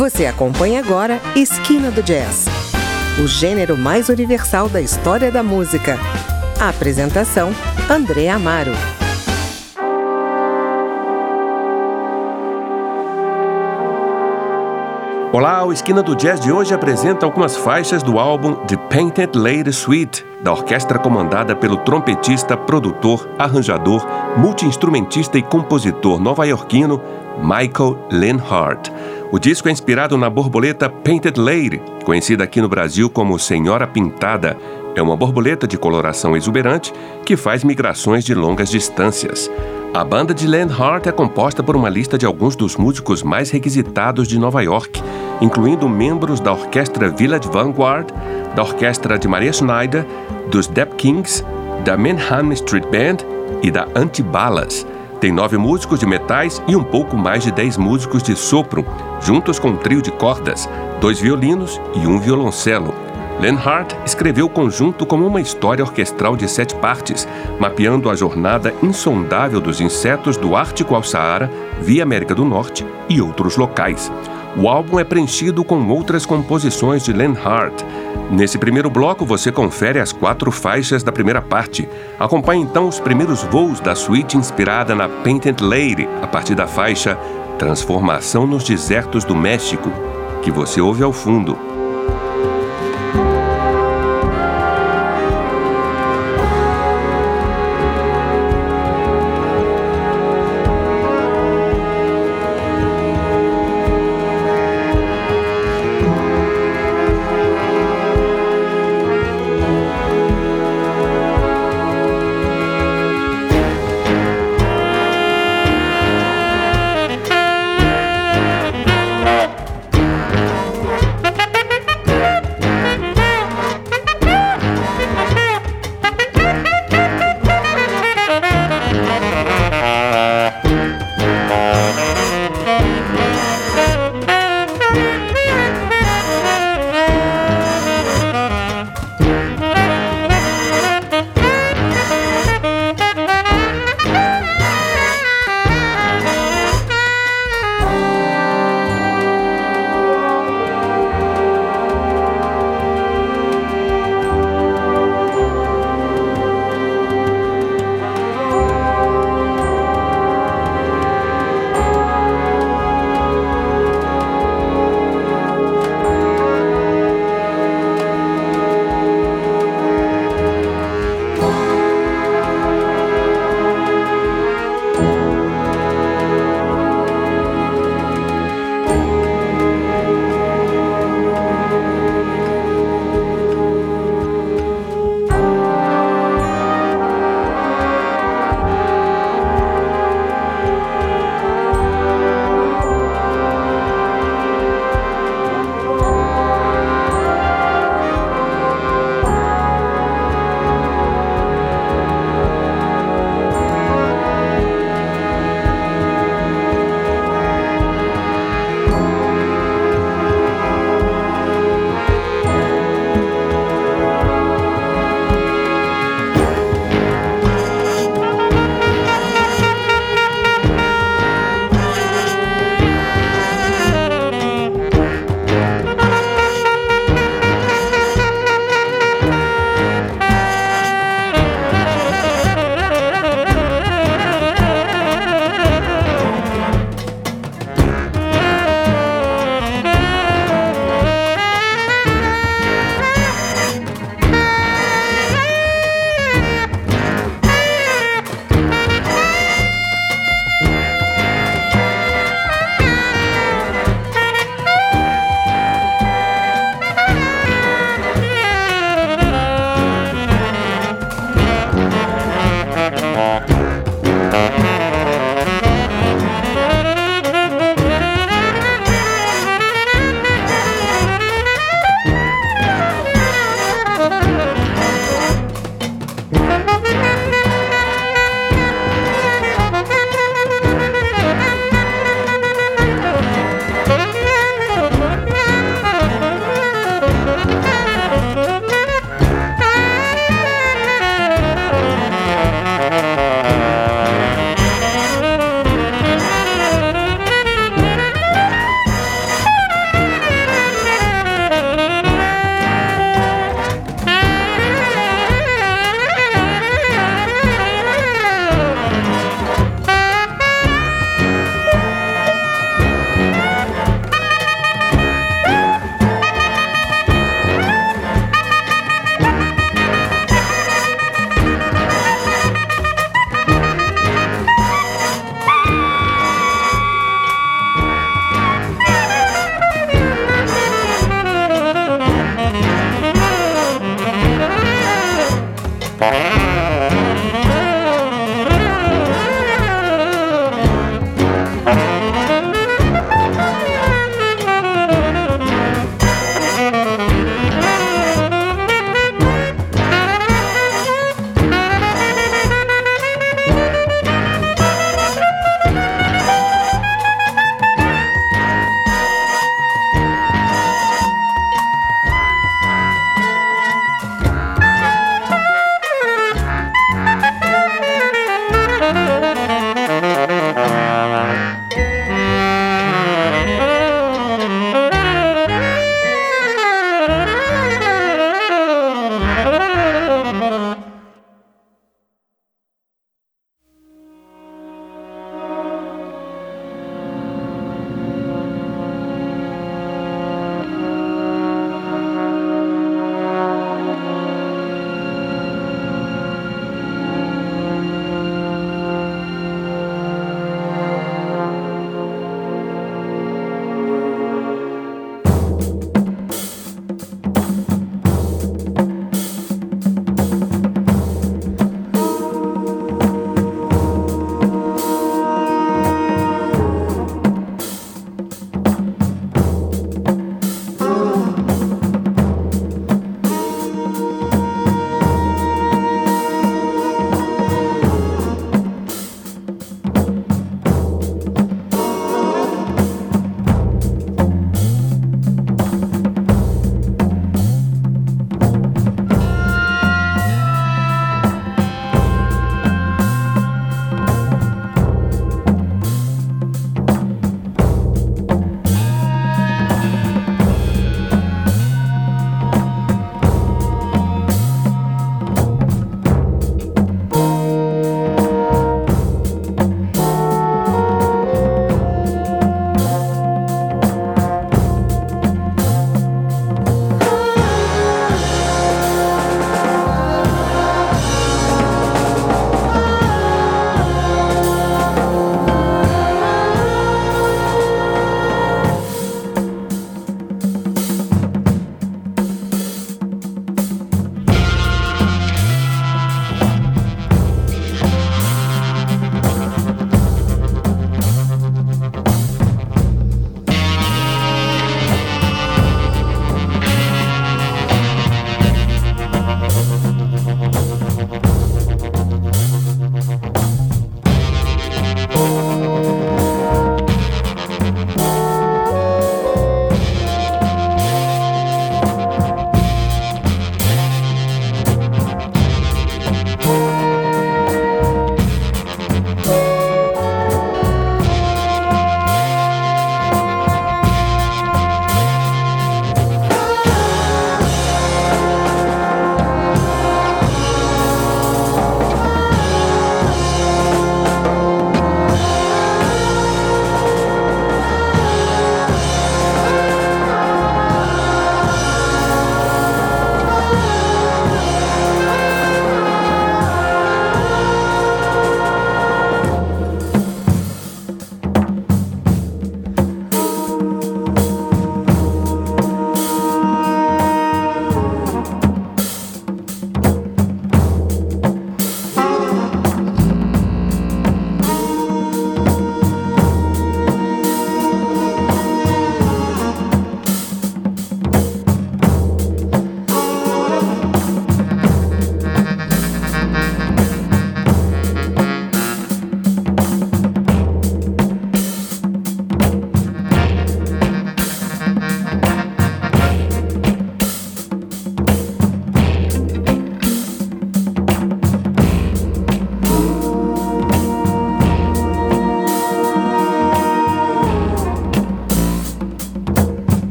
Você acompanha agora Esquina do Jazz, o gênero mais universal da história da música. A apresentação, André Amaro. Olá, o Esquina do Jazz de hoje apresenta algumas faixas do álbum The Painted Lady Suite, da orquestra comandada pelo trompetista, produtor, arranjador, multi-instrumentista e compositor nova-iorquino Michael Leonhardt. O disco é inspirado na borboleta Painted Lady, conhecida aqui no Brasil como Senhora Pintada. É uma borboleta de coloração exuberante que faz migrações de longas distâncias. A banda de Leonhardt é composta por uma lista de alguns dos músicos mais requisitados de Nova York, incluindo membros da Orquestra Village Vanguard, da Orquestra de Maria Schneider, dos Dap Kings, da Manhattan Street Band e da Antibalas. Tem 9 músicos de metais e um pouco mais de 10 músicos de sopro, juntos com um trio de cordas, 2 violinos e 1 violoncelo. Leonhardt escreveu o conjunto como uma história orquestral de 7 partes, mapeando a jornada insondável dos insetos do Ártico ao Saara, via América do Norte e outros locais. O álbum é preenchido com outras composições de Leonhardt. Nesse primeiro bloco, você confere as 4 faixas da primeira parte. Acompanhe então os primeiros voos da suíte inspirada na Painted Lady, a partir da faixa Transformação nos Desertos do México, que você ouve ao fundo.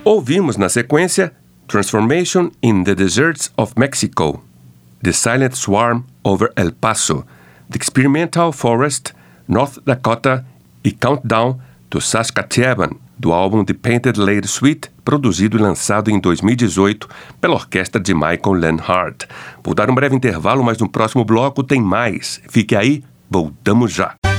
Ouvimos na sequência Transformation in the Deserts of Mexico, The Silent Swarm over El Paso, The Experimental Forest, North Dakota e Countdown to Saskatchewan, do álbum The Painted Lady Suite, produzido e lançado em 2018 pela orquestra de Michael Leonhardt. Vou dar um breve intervalo, mas no próximo bloco tem mais. Fique aí, voltamos já.